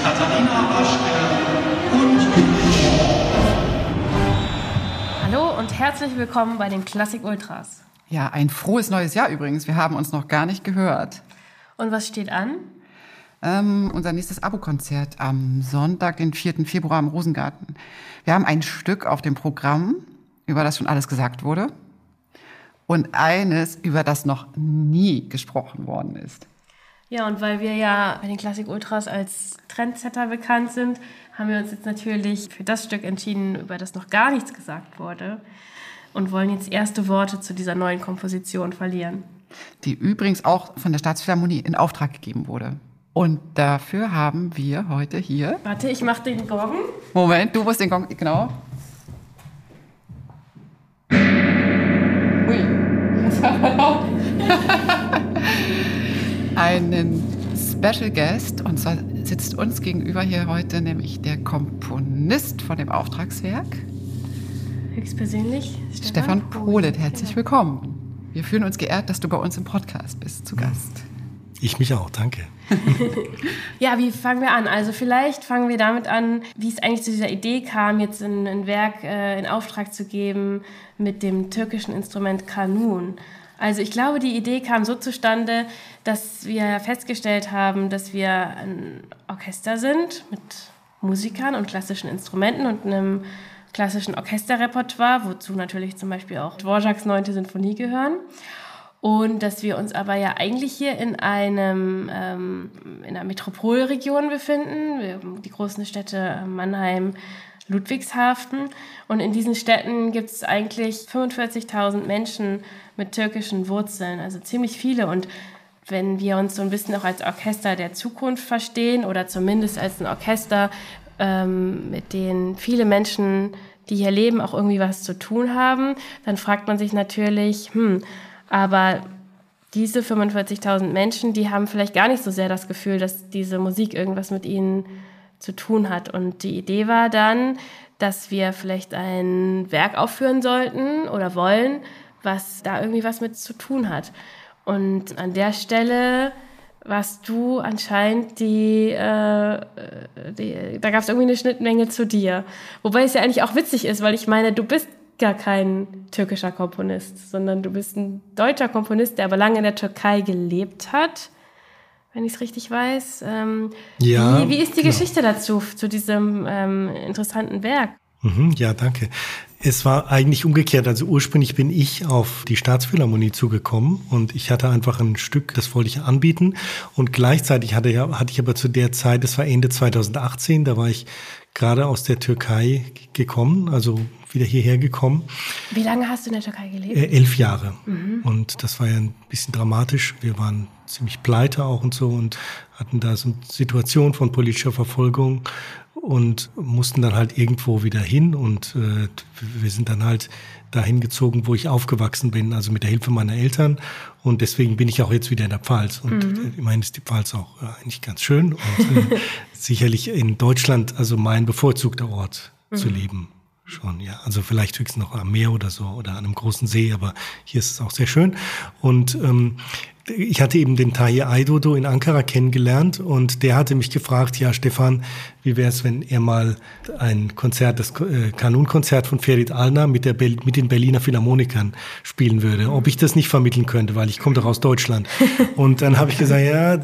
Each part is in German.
Katharina Waschke und Hallo und herzlich willkommen bei den Klassik Ultras. Ja, ein frohes neues Jahr übrigens. Wir haben uns noch gar nicht gehört. Und was steht an? Unser nächstes Abo-Konzert am Sonntag, den 4. Februar im Rosengarten. Wir haben ein Stück auf dem Programm, über das schon alles gesagt wurde. Und eines, über das noch nie gesprochen worden ist. Ja, und weil wir ja bei den Klassik Ultras als Trendsetter bekannt sind, haben wir uns jetzt natürlich für das Stück entschieden, über das noch gar nichts gesagt wurde. Und wollen jetzt erste Worte zu dieser neuen Komposition verlieren. Die übrigens auch von der Staatsphilharmonie in Auftrag gegeben wurde. Und dafür haben wir heute hier... Warte, ich mach den Gong. Moment, du musst den Gong... Genau. Ui, das war laut. Einen Special Guest. Und zwar sitzt uns gegenüber hier heute nämlich der Komponist von dem Auftragswerk. Höchstpersönlich Stefan Pohlet, herzlich willkommen. Wir fühlen uns geehrt, dass du bei uns im Podcast bist, zu Gast. Ich mich auch, danke. Ja, wie fangen wir an? Also vielleicht fangen wir damit an, wie es eigentlich zu dieser Idee kam, jetzt ein Werk in Auftrag zu geben mit dem türkischen Instrument Kanun. Also ich glaube, die Idee kam so zustande, dass wir festgestellt haben, dass wir ein Orchester sind mit Musikern und klassischen Instrumenten und einem klassischen Orchesterrepertoire, wozu natürlich zum Beispiel auch Dvořáks 9. Sinfonie gehören. Und dass wir uns aber ja eigentlich hier in einer Metropolregion befinden, wir haben die großen Städte Mannheim, Ludwigshafen. Und in diesen Städten gibt es eigentlich 45.000 Menschen mit türkischen Wurzeln, also ziemlich viele. Und wenn wir uns so ein bisschen auch als Orchester der Zukunft verstehen oder zumindest als ein Orchester, mit denen viele Menschen, die hier leben, auch irgendwie was zu tun haben, dann fragt man sich natürlich, aber diese 45.000 Menschen, die haben vielleicht gar nicht so sehr das Gefühl, dass diese Musik irgendwas mit ihnen zu tun hat. Und die Idee war dann, dass wir vielleicht ein Werk aufführen sollten oder wollen, was da irgendwie was mit zu tun hat. Und an der Stelle warst du anscheinend da gab es irgendwie eine Schnittmenge zu dir. Wobei es ja eigentlich auch witzig ist, weil ich meine, du bist gar kein türkischer Komponist, sondern du bist ein deutscher Komponist, der aber lange in der Türkei gelebt hat, wenn ich es richtig weiß. Ja, wie ist die Geschichte dazu, zu diesem interessanten Werk? Ja, danke. Es war eigentlich umgekehrt. Also ursprünglich bin ich auf die Staatsphilharmonie zugekommen und ich hatte einfach ein Stück, das wollte ich anbieten. Und gleichzeitig hatte ich aber zu der Zeit, das war Ende 2018, da war ich gerade aus der Türkei gekommen, also wieder hierher gekommen. Wie lange hast du in der Türkei gelebt? 11 Jahre. Und das war ja ein bisschen dramatisch. Wir waren ziemlich pleite auch und so und hatten da so eine Situation von politischer Verfolgung und mussten dann halt irgendwo wieder hin. Und wir sind dann halt dahin gezogen, wo ich aufgewachsen bin, also mit der Hilfe meiner Eltern. Und deswegen bin ich auch jetzt wieder in der Pfalz. Und ich meine, ist die Pfalz auch eigentlich ganz schön. Und sicherlich in Deutschland, also mein bevorzugter Ort zu leben. Schon, ja. Also vielleicht höchstens noch am Meer oder so oder an einem großen See, aber hier ist es auch sehr schön. Und ich hatte eben den Tahir Aydoğdu in Ankara kennengelernt und der hatte mich gefragt, ja Stefan, wie wäre es, wenn er mal ein Konzert, das Kanun-Konzert von Ferit Alner mit den Berliner Philharmonikern spielen würde, ob ich das nicht vermitteln könnte, weil ich komme doch aus Deutschland. Und dann habe ich gesagt, ja,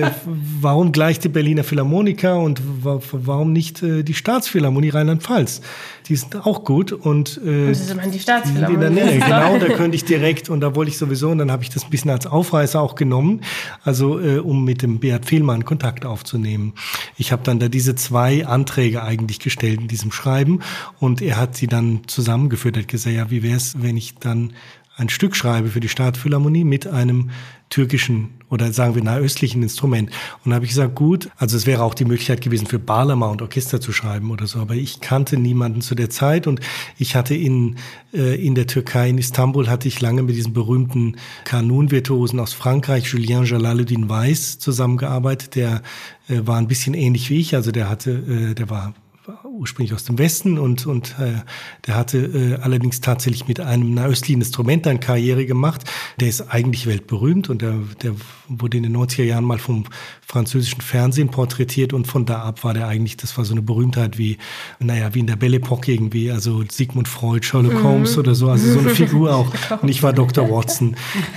warum gleich die Berliner Philharmoniker und warum nicht die Staatsphilharmonie Rheinland-Pfalz? Die sind auch gut und das ist immerhin die Staatsphilharmonie. In der Nähe, genau, da könnte ich direkt und da wollte ich sowieso und dann habe ich das ein bisschen als Aufreißer auch genommen, also um mit dem Beat Fehlmann Kontakt aufzunehmen. Ich habe dann da diese 2 Anträge eigentlich gestellt in diesem Schreiben und er hat sie dann zusammengeführt, hat gesagt, ja, wie wäre es, wenn ich dann ein Stück schreibe für die Staatsphilharmonie mit einem türkischen oder sagen wir nahöstlichen Instrument. Und da habe ich gesagt, gut, also es wäre auch die Möglichkeit gewesen, für Bağlama und Orchester zu schreiben oder so, aber ich kannte niemanden zu der Zeit und ich hatte in der Türkei, in Istanbul, hatte ich lange mit diesem berühmten Kanun-Virtuosen aus Frankreich, Julien Jalaluddin Weiss, zusammengearbeitet, der war ein bisschen ähnlich wie ich, also der war ursprünglich aus dem Westen und der hatte allerdings tatsächlich mit einem nahöstlichen Instrument eine Karriere gemacht. Der ist eigentlich weltberühmt und der wurde in den 90er Jahren mal vom französischen Fernsehen porträtiert und von da ab war der eigentlich, das war so eine Berühmtheit wie in der Belle Epoque irgendwie, also Sigmund Freud, Sherlock Holmes oder so, also so eine Figur auch. Und ich war Dr. Watson.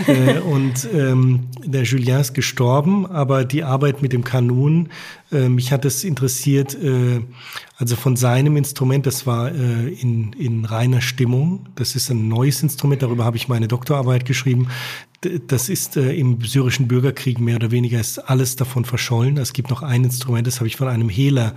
Der Julien ist gestorben, aber die Arbeit mit dem Kanun, mich hat es interessiert, also von seinem Instrument, das war in reiner Stimmung. Das ist ein neues Instrument, darüber habe ich meine Doktorarbeit geschrieben. Das ist im syrischen Bürgerkrieg mehr oder weniger ist alles davon verschollen. Es gibt noch ein Instrument, das habe ich von einem Hehler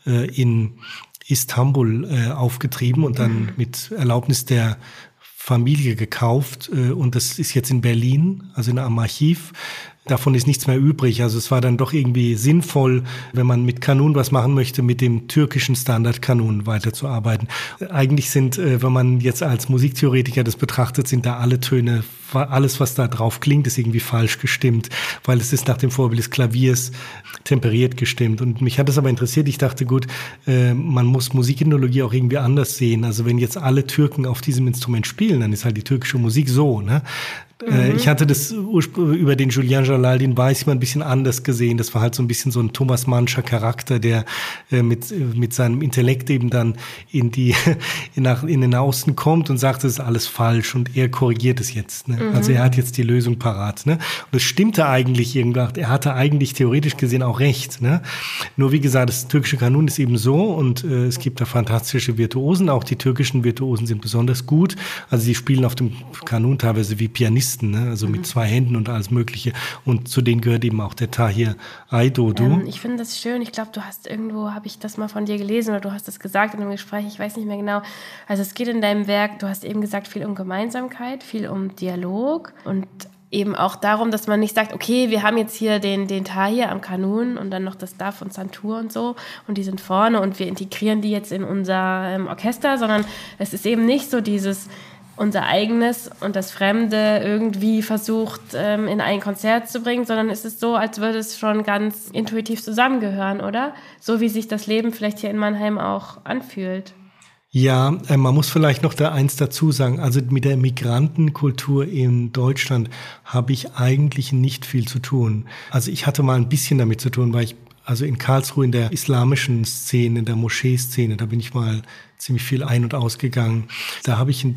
in Istanbul aufgetrieben und dann mit Erlaubnis der Familie gekauft. Und das ist jetzt in Berlin, also in einem Archiv. Davon ist nichts mehr übrig. Also es war dann doch irgendwie sinnvoll, wenn man mit Kanun was machen möchte, mit dem türkischen Standardkanun weiterzuarbeiten. Eigentlich sind, wenn man jetzt als Musiktheoretiker das betrachtet, sind da alle Töne, alles, was da drauf klingt, ist irgendwie falsch gestimmt, weil es ist nach dem Vorbild des Klaviers temperiert gestimmt. Und mich hat das aber interessiert. Ich dachte, gut, man muss Musikethnologie auch irgendwie anders sehen. Also wenn jetzt alle Türken auf diesem Instrument spielen, dann ist halt die türkische Musik so, ne? Ich hatte das über den Julien Jalal, den weiß ich mal ein bisschen anders gesehen. Das war halt so ein bisschen so ein Thomas Mannscher Charakter, der mit seinem Intellekt eben dann in den Außen kommt und sagt, das ist alles falsch und er korrigiert es jetzt. Ne? Also er hat jetzt die Lösung parat. Ne? Und es stimmte eigentlich irgendwann, er hatte eigentlich theoretisch gesehen auch recht. Ne? Nur wie gesagt, das türkische Kanun ist eben so und es gibt da fantastische Virtuosen. Auch die türkischen Virtuosen sind besonders gut. Also sie spielen auf dem Kanun teilweise wie Pianisten. Ne? Also mit 2 Händen und alles Mögliche. Und zu denen gehört eben auch der Tahir Aydoğdu. Ich finde das schön. Ich glaube, du hast irgendwo, habe ich das mal von dir gelesen oder du hast es gesagt in einem Gespräch, ich weiß nicht mehr genau. Also es geht in deinem Werk, du hast eben gesagt, viel um Gemeinsamkeit, viel um Dialog und eben auch darum, dass man nicht sagt, okay, wir haben jetzt hier den Tahir am Kanun und dann noch das Daf und Santur und so und die sind vorne und wir integrieren die jetzt in unser Orchester, sondern es ist eben nicht so dieses unser eigenes und das Fremde irgendwie versucht, in ein Konzert zu bringen, sondern es ist so, als würde es schon ganz intuitiv zusammengehören, oder? So wie sich das Leben vielleicht hier in Mannheim auch anfühlt. Ja, man muss vielleicht noch da eins dazu sagen. Also mit der Migrantenkultur in Deutschland habe ich eigentlich nicht viel zu tun. Also ich hatte mal ein bisschen damit zu tun, weil ich also in Karlsruhe in der islamischen Szene, in der Moschee-Szene, da bin ich mal ziemlich viel ein- und ausgegangen. Da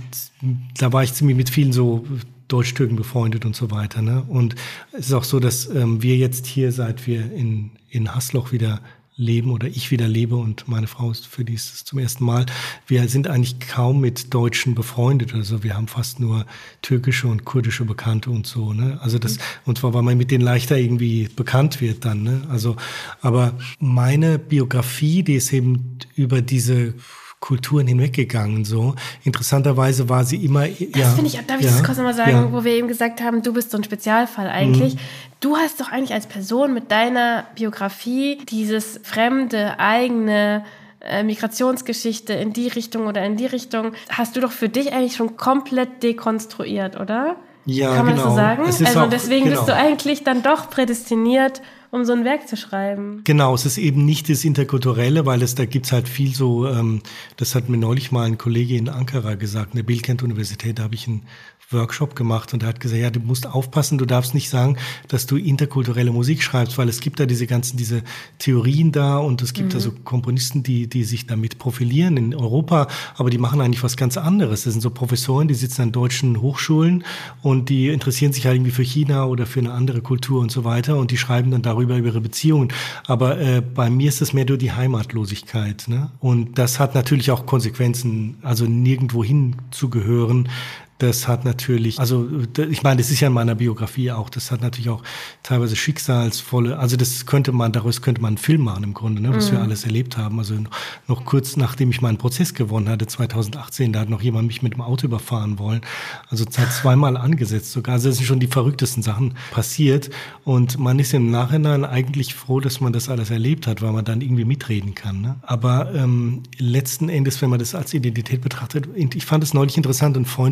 war ich ziemlich mit vielen so Deutsch-Türken befreundet und so weiter. Ne? Und es ist auch so, dass wir jetzt hier, seit wir in Hasloch wieder leben oder ich wieder lebe und meine Frau ist für die ist es zum ersten Mal. Wir sind eigentlich kaum mit Deutschen befreundet. Also wir haben fast nur türkische und kurdische Bekannte und so. Ne? Also und zwar, weil man mit denen leichter irgendwie bekannt wird dann. Ne? Also, aber meine Biografie, die ist eben über diese Kulturen hinweggegangen, so. Interessanterweise war sie immer, das finde ich, darf ich das kurz nochmal sagen, wo wir eben gesagt haben, du bist so ein Spezialfall eigentlich. Du hast doch eigentlich als Person mit deiner Biografie dieses fremde, eigene Migrationsgeschichte in die Richtung oder in die Richtung, hast du doch für dich eigentlich schon komplett dekonstruiert, oder? Ja, kann man genau. das so sagen? Also auch, deswegen bist du eigentlich dann doch prädestiniert, um so ein Werk zu schreiben. Genau, es ist eben nicht das Interkulturelle, weil da gibt's halt viel so, das hat mir neulich mal ein Kollege in Ankara gesagt, in der Bilkent-Universität, da habe ich einen Workshop gemacht und er hat gesagt, ja, du musst aufpassen, du darfst nicht sagen, dass du interkulturelle Musik schreibst, weil es gibt da diese Theorien da und es gibt da so Komponisten, die sich damit profilieren in Europa, aber die machen eigentlich was ganz anderes. Das sind so Professoren, die sitzen an deutschen Hochschulen und die interessieren sich halt irgendwie für China oder für eine andere Kultur und so weiter und die schreiben dann darüber über ihre Beziehungen. Aber bei mir ist das mehr nur die Heimatlosigkeit, ne? Und das hat natürlich auch Konsequenzen, also nirgendwo hinzugehören. Das hat natürlich, also ich meine, das ist ja in meiner Biografie auch, das hat natürlich auch teilweise schicksalsvolle, also daraus könnte man einen Film machen im Grunde, ne, was wir alles erlebt haben. Also noch kurz nachdem ich meinen Prozess gewonnen hatte, 2018, da hat noch jemand mich mit dem Auto überfahren wollen. Also es hat 2-mal angesetzt sogar. Also es sind schon die verrücktesten Sachen passiert und man ist im Nachhinein eigentlich froh, dass man das alles erlebt hat, weil man dann irgendwie mitreden kann. Ne? Aber letzten Endes, wenn man das als Identität betrachtet, ich fand es neulich interessant, ein Freund von mir, der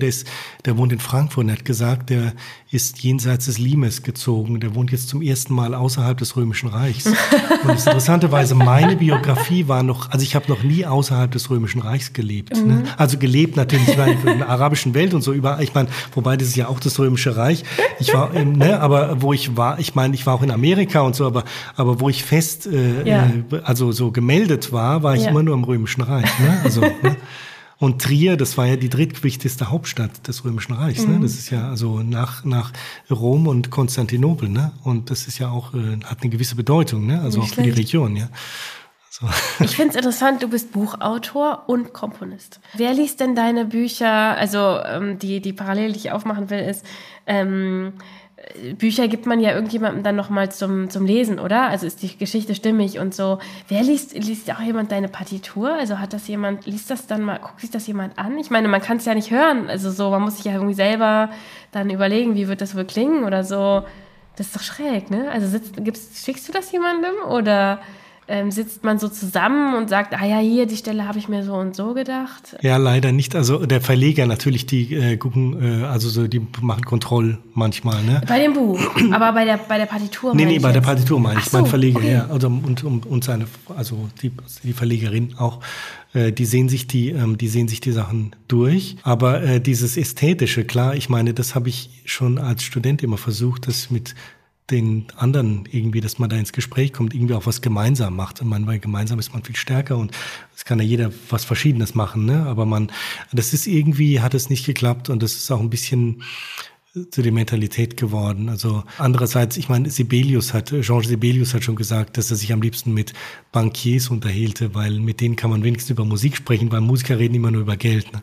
der wohnt in Frankfurt und hat gesagt, der ist jenseits des Limes gezogen. Der wohnt jetzt zum ersten Mal außerhalb des Römischen Reichs. Und interessanterweise, meine Biografie war noch, also ich habe noch nie außerhalb des Römischen Reichs gelebt. Ne? Also gelebt natürlich in der arabischen Welt und so überall. Ich meine, wobei das ist ja auch das Römische Reich. Ich war, aber wo ich war, ich meine, ich war auch in Amerika und so, aber wo ich fest, also so gemeldet war ich immer nur im Römischen Reich. Ne? Also, ne? Und Trier, das war ja die drittwichtigste Hauptstadt des Römischen Reichs. Ne? Das ist ja also nach Rom und Konstantinopel. Ne? Und das ist ja auch, hat eine gewisse Bedeutung, ne? Also auch für die Region. Ja. So. Ich finde es interessant, du bist Buchautor und Komponist. Wer liest denn deine Bücher? Also die Parallele, die ich aufmachen will, ist, Bücher gibt man ja irgendjemandem dann nochmal zum Lesen, oder? Also ist die Geschichte stimmig und so. Wer liest auch jemand deine Partitur? Also hat das jemand, liest das dann mal, guckt sich das jemand an? Ich meine, man kann es ja nicht hören. Also so, man muss sich ja irgendwie selber dann überlegen, wie wird das wohl klingen oder so. Das ist doch schräg, ne? Also schickst du das jemandem oder sitzt man so zusammen und sagt, hier, die Stelle habe ich mir so und so gedacht? Ja, leider nicht. Also der Verleger natürlich, die gucken, die machen Kontroll manchmal. Ne? Bei dem Buch, aber bei der Partitur meine ich. Nee, bei der Partitur meine ich. So, mein Verleger, okay. ja. Also, und seine, also die Verlegerin auch. Die sehen sich die Sachen durch. Aber dieses Ästhetische, klar, ich meine, das habe ich schon als Student immer versucht, das mit den anderen irgendwie, dass man da ins Gespräch kommt, irgendwie auch was gemeinsam macht. Und weil gemeinsam ist man viel stärker und es kann ja jeder was Verschiedenes machen, ne? Aber das ist irgendwie, hat es nicht geklappt und das ist auch ein bisschen zu der Mentalität geworden. Also andererseits, ich meine, Georges Sibelius hat schon gesagt, dass er sich am liebsten mit Bankiers unterhielte, weil mit denen kann man wenigstens über Musik sprechen, weil Musiker reden immer nur über Geld. Ne?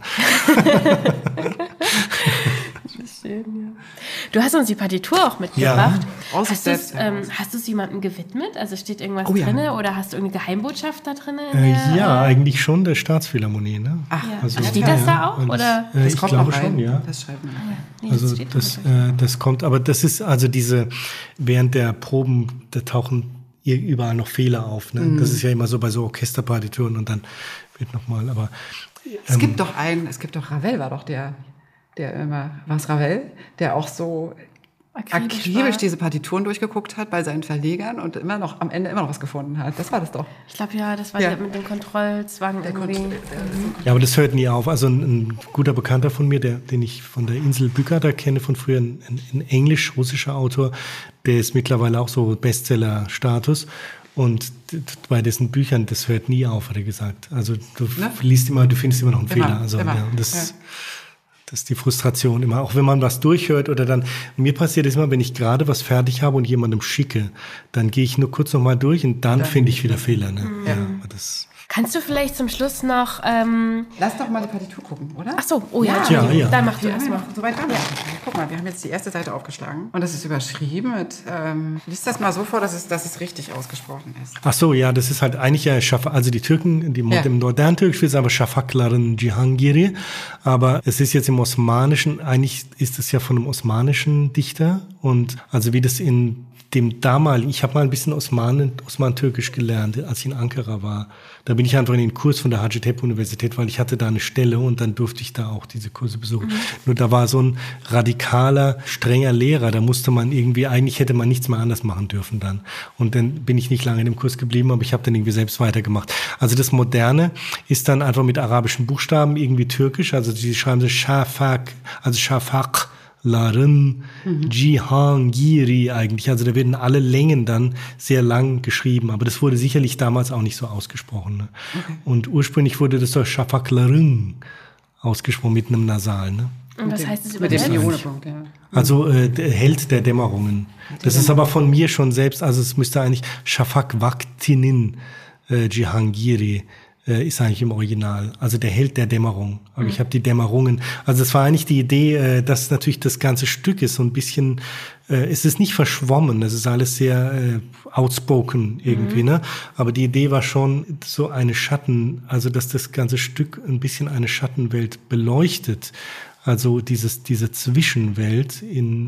Schön, ja. Du hast uns die Partitur auch mitgebracht. Ja. Hast du es jemandem gewidmet? Also steht irgendwas drin oder hast du irgendeine Geheimbotschaft da drin? Eigentlich schon der Staatsphilharmonie. Ne? Ach, also, steht das da auch? Oder? Das kommt noch rein. Schon, ja. Das schreiben wir. Nee, also das kommt, aber das ist also während der Proben, da tauchen überall noch Fehler auf. Ne? Das ist ja immer so bei so Orchesterpartituren und dann wird nochmal, aber es gibt doch Ravel war doch der immer, was Ravel, der auch so akribisch diese Partituren durchgeguckt hat bei seinen Verlegern und am Ende immer noch was gefunden hat. Das war das doch. Ich glaube, ja, das war der mit dem Kontrollzwang irgendwie. Ja, aber das hört nie auf. Also ein guter Bekannter von mir, den ich von der Insel Bükata kenne, von früher, ein englisch-russischer Autor, der ist mittlerweile auch so Bestseller-Status. Und bei dessen Büchern, das hört nie auf, hat er gesagt. Also du findest immer noch einen Fehler. Also das ist die Frustration immer, auch wenn man was durchhört oder dann, mir passiert es immer, wenn ich gerade was fertig habe und jemandem schicke, dann gehe ich nur kurz noch mal durch und dann finde ich wieder Fehler. Ne? Ja, kannst du vielleicht zum Schluss noch... Lass doch mal die Partitur gucken, oder? Ach so, ja. Dann mach du erst mal. So weit haben wir. Guck mal, wir haben jetzt die erste Seite aufgeschlagen und das ist überschrieben mit, lies das mal so vor, dass es richtig ausgesprochen ist. Ach so, ja, das ist halt eigentlich ja also die Türken, im modernen Türkisch ist aber Şafakların Cihangiri, aber es ist jetzt im Osmanischen, eigentlich ist es ja von einem osmanischen Dichter und also wie das in dem damaligen, ich habe mal ein bisschen Osman-Türkisch gelernt, als ich in Ankara war. Da bin ich einfach in den Kurs von der Hacettepe-Universität, weil ich hatte da eine Stelle und dann durfte ich da auch diese Kurse besuchen. Nur da war so ein radikaler, strenger Lehrer, da musste man irgendwie, eigentlich hätte man nichts mehr anders machen dürfen dann. Und dann bin ich nicht lange in dem Kurs geblieben, aber ich habe dann irgendwie selbst weitergemacht. Also das Moderne ist dann einfach mit arabischen Buchstaben irgendwie türkisch, also die schreiben so Şafak, also Şafak, Ların, Cihangiri eigentlich. Also da werden alle Längen dann sehr lang geschrieben. Aber das wurde sicherlich damals auch nicht so ausgesprochen. Ne? Okay. Und ursprünglich wurde das doch Şafakların ausgesprochen mit einem Nasal. Ne? Und was heißt das übersetzt? Also Held der Dämmerungen. Das ist aber von mir schon selbst, also es müsste eigentlich Şafak Vaktinin Cihangiri ist eigentlich im Original, also der Held der Dämmerung. Aber ich habe die Dämmerungen, also es war eigentlich die Idee, dass natürlich das ganze Stück ist so ein bisschen, es ist nicht verschwommen, es ist alles sehr outspoken irgendwie, ne? Aber die Idee war schon so eine also dass das ganze Stück ein bisschen eine Schattenwelt beleuchtet. Also diese Zwischenwelt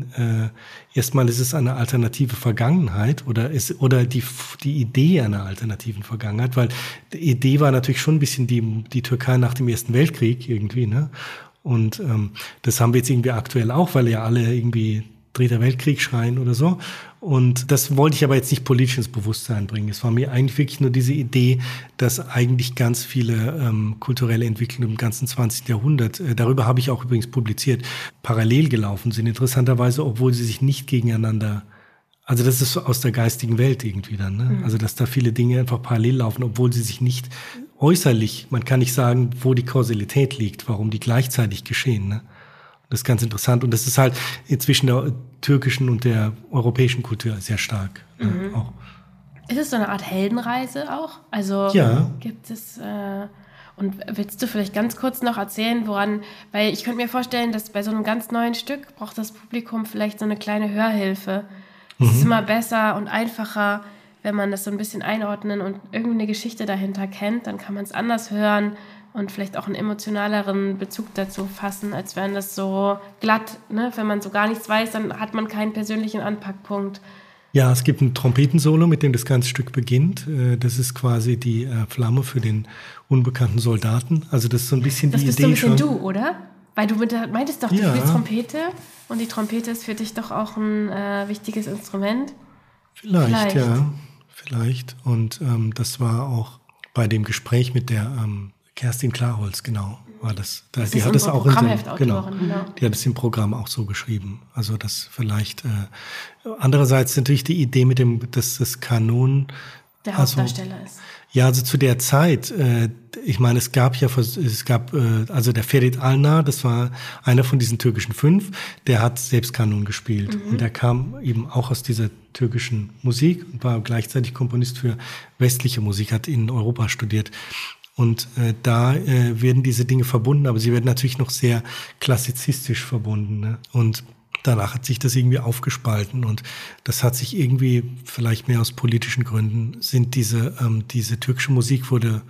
erstmal ist es eine alternative Vergangenheit oder die Idee einer alternativen Vergangenheit, weil die Idee war natürlich schon ein bisschen die Türkei nach dem Ersten Weltkrieg irgendwie, ne? Und das haben wir jetzt irgendwie aktuell auch, weil ja alle irgendwie Dritter Weltkrieg schreien oder so. Und das wollte ich aber jetzt nicht politisch ins Bewusstsein bringen. Es war mir eigentlich wirklich nur diese Idee, dass eigentlich ganz viele kulturelle Entwicklungen im ganzen 20. Jahrhundert, darüber habe ich auch übrigens publiziert, parallel gelaufen sind. Interessanterweise, obwohl sie sich nicht gegeneinander, also das ist so aus der geistigen Welt irgendwie dann, ne? Also dass da viele Dinge einfach parallel laufen, obwohl sie sich nicht äußerlich, man kann nicht sagen, wo die Kausalität liegt, warum die gleichzeitig geschehen, ne? Das ist ganz interessant. Und das ist halt zwischen der türkischen und der europäischen Kultur sehr stark. Auch. Ist es so eine Art Heldenreise auch? Also ja. Gibt es... Und willst du vielleicht ganz kurz noch erzählen, woran... Weil ich könnte mir vorstellen, dass bei so einem ganz neuen Stück braucht das Publikum vielleicht so eine kleine Hörhilfe. Es ist immer besser und einfacher, wenn man das so ein bisschen einordnen und irgendwie eine Geschichte dahinter kennt. Dann kann man es anders hören und vielleicht auch einen emotionaleren Bezug dazu fassen, als wenn das so glatt, ne? Wenn man so gar nichts weiß, dann hat man keinen persönlichen Anpackpunkt. Ja, es gibt ein Trompetensolo, mit dem das ganze Stück beginnt. Das ist quasi die Flamme für den unbekannten Soldaten. Also das ist so ein bisschen die Idee schon. Das bist so ein bisschen du, oder? Weil du meintest doch, du spielst Trompete und die Trompete ist für dich doch auch ein wichtiges Instrument. Vielleicht. Ja. Vielleicht. Und das war auch bei dem Gespräch mit der Kerstin Klarholz, genau, war das. Die hat es auch genau. Die hat es im Programm auch so geschrieben. Also das vielleicht. Andererseits natürlich die Idee mit dem, dass das Kanon der Hauptdarsteller ist. Ja, also zu der Zeit, ich meine, es gab also der Ferit Alnar, das war einer von diesen türkischen 5, der hat selbst Kanon gespielt. Und der kam eben auch aus dieser türkischen Musik und war gleichzeitig Komponist für westliche Musik, hat in Europa studiert. Und da werden diese Dinge verbunden, aber sie werden natürlich noch sehr klassizistisch verbunden. Ne? Und danach hat sich das irgendwie aufgespalten und das hat sich irgendwie, vielleicht mehr aus politischen Gründen, sind diese türkische Musik wurde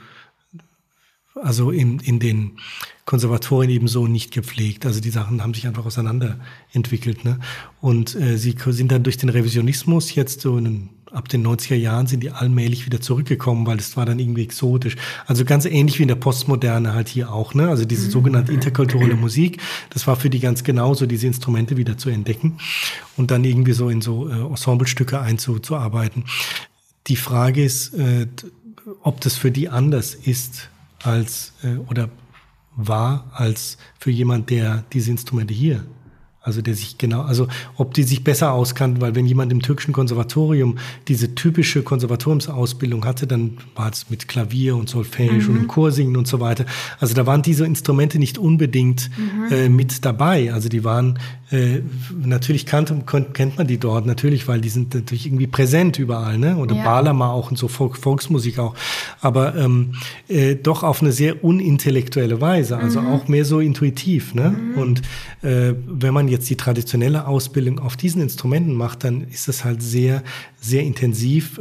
also in den Konservatorien eben so nicht gepflegt. Also die Sachen haben sich einfach auseinanderentwickelt. Ne? Und sie sind dann durch den Revisionismus jetzt so ab den 90er Jahren sind die allmählich wieder zurückgekommen, weil das war dann irgendwie exotisch. Also ganz ähnlich wie in der Postmoderne halt hier auch, ne? Also diese sogenannte interkulturelle Musik, das war für die ganz genauso, diese Instrumente wieder zu entdecken und dann irgendwie so in so Ensemblestücke einzuarbeiten. Die Frage ist, ob das für die anders ist als oder war als für jemand, der diese Instrumente hier, also der sich ob die sich besser auskannten, weil wenn jemand im türkischen Konservatorium diese typische Konservatoriumsausbildung hatte, dann war es mit Klavier und Solfège und im Chorsingen und so weiter. Also da waren diese Instrumente nicht unbedingt mit dabei. Also die waren natürlich kennt man die dort natürlich, weil die sind natürlich irgendwie präsent überall, ne? Oder Bağlama auch und so Volksmusik auch, aber doch auf eine sehr unintellektuelle Weise, also auch mehr so intuitiv, ne? Und wenn man jetzt die traditionelle Ausbildung auf diesen Instrumenten macht, dann ist das halt sehr, sehr intensiv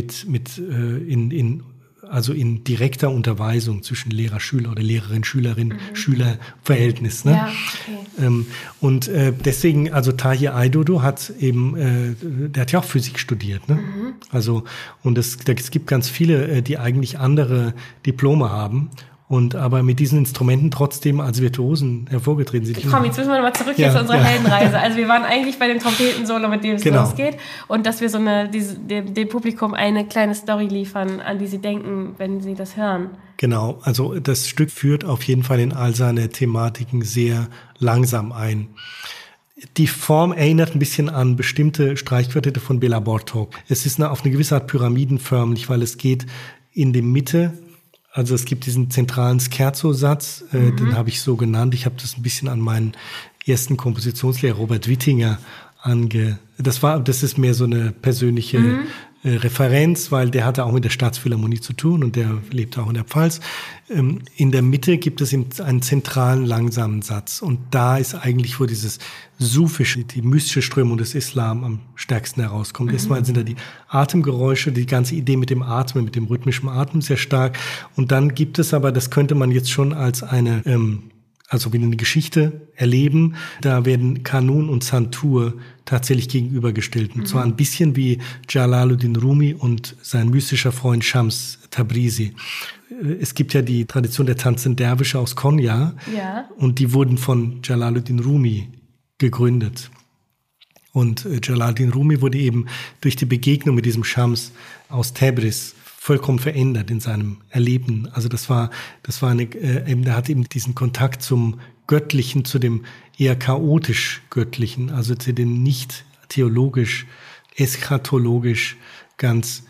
in direkter Unterweisung zwischen Lehrer-Schüler oder Lehrerin-Schülerin-Schüler-Verhältnis. Ne? Ja, okay. Und deswegen, also Tahir Aydoğdu hat eben, der hat ja auch Physik studiert. Ne? Also, und es gibt ganz viele, die eigentlich andere Diplome haben. Und aber mit diesen Instrumenten trotzdem als Virtuosen hervorgetreten sind. Komm, jetzt müssen wir nochmal zurück jetzt zu unserer Heldenreise. Also wir waren eigentlich bei dem Trompetensolo, mit dem es losgeht. Und dass wir so dem Publikum eine kleine Story liefern, an die sie denken, wenn sie das hören. Genau, also das Stück führt auf jeden Fall in all seine Thematiken sehr langsam ein. Die Form erinnert ein bisschen an bestimmte Streichquartette von Béla Bartók. Es ist auf eine gewisse Art pyramidenförmig, weil es geht in der Mitte. Also es gibt diesen zentralen Scherzo-Satz, den habe ich so genannt. Ich habe das ein bisschen an meinen ersten Kompositionslehrer Robert Wittinger das ist mehr so eine persönliche Referenz, weil der hatte auch mit der Staatsphilharmonie zu tun und der lebt auch in der Pfalz. In der Mitte gibt es einen zentralen, langsamen Satz. Und da ist eigentlich, wo dieses Sufische, die mystische Strömung des Islam am stärksten herauskommt. Erstmal sind da die Atemgeräusche, die ganze Idee mit dem Atmen, mit dem rhythmischen Atmen sehr stark. Und dann gibt es aber, das könnte man jetzt schon als also wieder eine Geschichte erleben. Da werden Kanun und Santur tatsächlich gegenübergestellt. Und zwar ein bisschen wie Jalaluddin Rumi und sein mystischer Freund Shams Tabrizi. Es gibt ja die Tradition der tanzenden Derwische aus Konya. Ja. Und die wurden von Jalaluddin Rumi gegründet. Und Jalaluddin Rumi wurde eben durch die Begegnung mit diesem Shams aus Tabriz vollkommen verändert in seinem Erleben. Also das war er hat eben diesen Kontakt zum Göttlichen, zu dem eher chaotisch Göttlichen, also zu dem nicht theologisch, eschatologisch ganz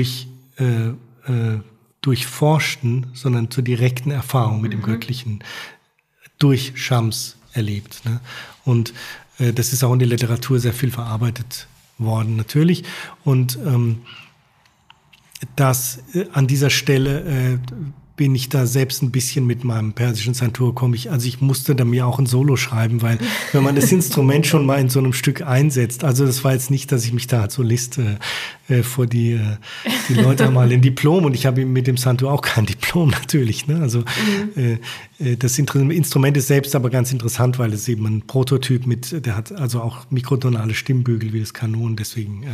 durchforschten, sondern zur direkten Erfahrung mit dem Göttlichen durch Shams erlebt. Ne? Und das ist auch in der Literatur sehr viel verarbeitet worden, natürlich. Und an dieser Stelle bin ich da selbst ein bisschen mit meinem persischen Santur ich musste da mir auch ein Solo schreiben, weil wenn man das Instrument schon mal in so einem Stück einsetzt, also das war jetzt nicht, dass ich mich da als Solist vor die Leute haben mal ein Diplom und ich habe mit dem Santur auch kein Diplom natürlich, ne? Also das Instrument ist selbst aber ganz interessant, weil es eben ein Prototyp der hat also auch mikrotonale Stimmbügel wie das Kanun, deswegen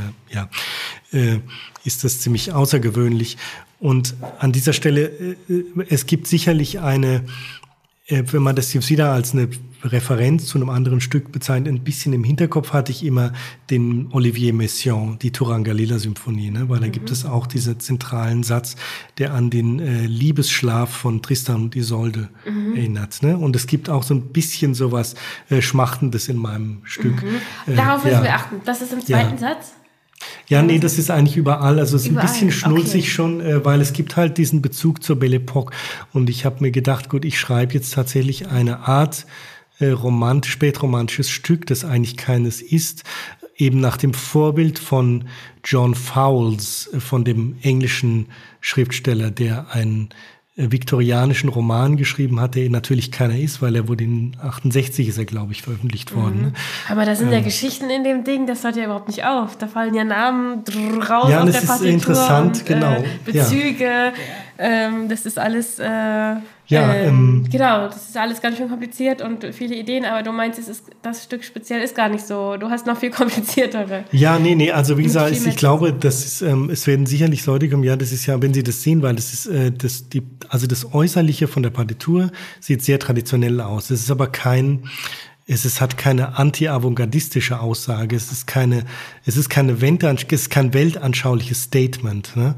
ist das ziemlich außergewöhnlich. Und an dieser Stelle, es gibt sicherlich wenn man das jetzt wieder als eine Referenz zu einem anderen Stück bezeichnet, ein bisschen im Hinterkopf hatte ich immer den Olivier Messiaen, die Turangalila-Symphonie, ne? Weil da gibt es auch diesen zentralen Satz, der an den Liebesschlaf von Tristan und Isolde erinnert. Ne? Und es gibt auch so ein bisschen sowas Schmachtendes in meinem Stück. Darauf müssen wir achten. Das ist im zweiten Satz? Ja, nee, das ist eigentlich überall. Also es ist überall. Ein bisschen schnulzig schon, weil es gibt halt diesen Bezug zur Belle Époque. Und ich habe mir gedacht, gut, ich schreibe jetzt tatsächlich eine Art spätromantisches Stück, das eigentlich keines ist, eben nach dem Vorbild von John Fowles, von dem englischen Schriftsteller, der einen viktorianischen Roman geschrieben hat, der natürlich keiner ist, weil er wurde in 68 ist er, glaube ich, veröffentlicht worden. Ne? Aber da sind ja Geschichten in dem Ding, das hört ja überhaupt nicht auf. Da fallen ja Namen raus ja, aus das der Partitur. Ist interessant, und, genau. Bezüge, das ist alles genau, das ist alles ganz schön kompliziert und viele Ideen, aber du meinst, das Stück speziell ist gar nicht so, du hast noch viel kompliziertere. Ja, nee, also wie gesagt, ich glaube, es werden sicherlich Leute kommen, ja, das ist ja, wenn sie das sehen, weil das ist, das Äußerliche von der Partitur sieht sehr traditionell aus. Es ist aber hat keine anti-avantgardistische Aussage. Es ist kein weltanschauliches Statement, ne?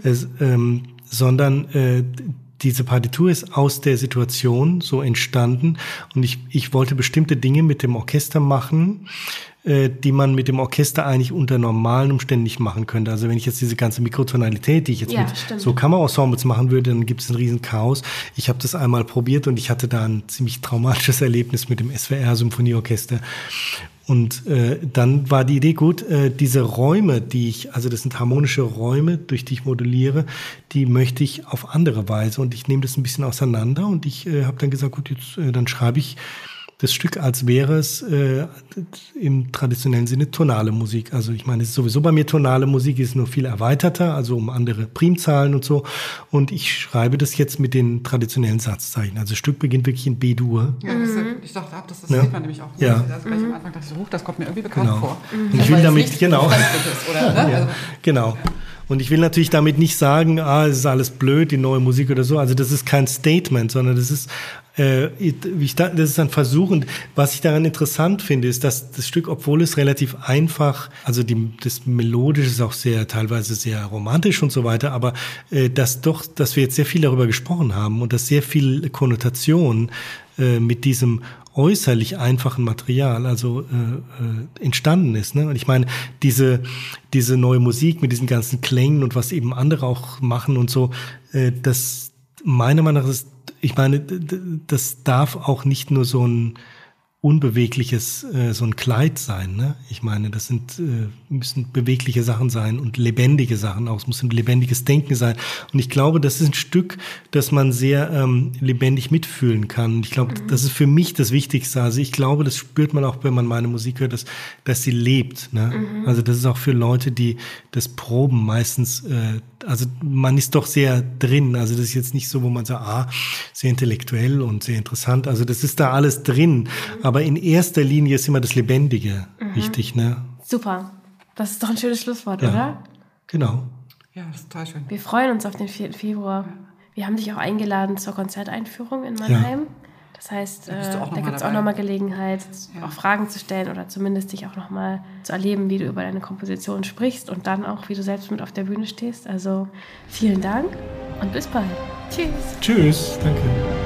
Sondern diese Partitur ist aus der Situation so entstanden und ich wollte bestimmte Dinge mit dem Orchester machen, die man mit dem Orchester eigentlich unter normalen Umständen nicht machen könnte. Also wenn ich jetzt diese ganze Mikrotonalität, die ich jetzt mit so Kammerensembles machen würde, dann gibt es ein riesen Chaos. Ich habe das einmal probiert und ich hatte da ein ziemlich traumatisches Erlebnis mit dem SWR-Symphonieorchester. Und dann war die Idee gut, diese Räume, das sind harmonische Räume, durch die ich moduliere, die möchte ich auf andere Weise und ich nehme das ein bisschen auseinander und ich habe dann gesagt, gut, jetzt dann schreibe ich das Stück, als wäre es im traditionellen Sinne tonale Musik. Also ich meine, es ist sowieso bei mir tonale Musik, ist nur viel erweiterter, also um andere Primzahlen und so. Und ich schreibe das jetzt mit den traditionellen Satzzeichen. Also das Stück beginnt wirklich in B-Dur. Ja, ich dachte, das sieht man nämlich auch. Ja. Also gleich am Anfang dachte ich so, das kommt mir irgendwie bekannt vor. Und ich will damit, genau. Oder, ne? Ja, genau. Und ich will natürlich damit nicht sagen, es ist alles blöd, die neue Musik oder so. Also das ist kein Statement, sondern das ist ein Versuch. Und was ich daran interessant finde, ist, dass das Stück, obwohl es relativ einfach, also das Melodische ist auch teilweise sehr romantisch und so weiter, aber dass wir jetzt sehr viel darüber gesprochen haben und dass sehr viel Konnotation mit diesem äußerlich einfachen Material entstanden ist. Ne? Und ich meine, diese neue Musik mit diesen ganzen Klängen und was eben andere auch machen und so, das meiner Meinung nach das darf auch nicht nur so ein unbewegliches, so ein Kleid sein, ne? Ich meine, das müssen bewegliche Sachen sein und lebendige Sachen auch. Es muss ein lebendiges Denken sein. Und ich glaube, das ist ein Stück, das man sehr lebendig mitfühlen kann. Und ich glaube, das ist für mich das Wichtigste. Also ich glaube, das spürt man auch, wenn man meine Musik hört, dass sie lebt, ne? Also das ist auch für Leute, die das proben meistens, also man ist doch sehr drin. Also das ist jetzt nicht so, wo man sagt, sehr intellektuell und sehr interessant. Also das ist da alles drin. Aber in erster Linie ist immer das Lebendige wichtig, ne? Super. Das ist doch ein schönes Schlusswort, Ja. oder? Genau. Ja, das ist total schön. Wir freuen uns auf den 4. Februar. Wir haben dich auch eingeladen zur Konzerteinführung in Mannheim. Das heißt, da gibt es auch nochmal Gelegenheit, auch Fragen zu stellen oder zumindest dich auch nochmal zu erleben, wie du über deine Komposition sprichst und dann auch, wie du selbst mit auf der Bühne stehst. Also vielen Dank und bis bald. Tschüss. Tschüss. Danke.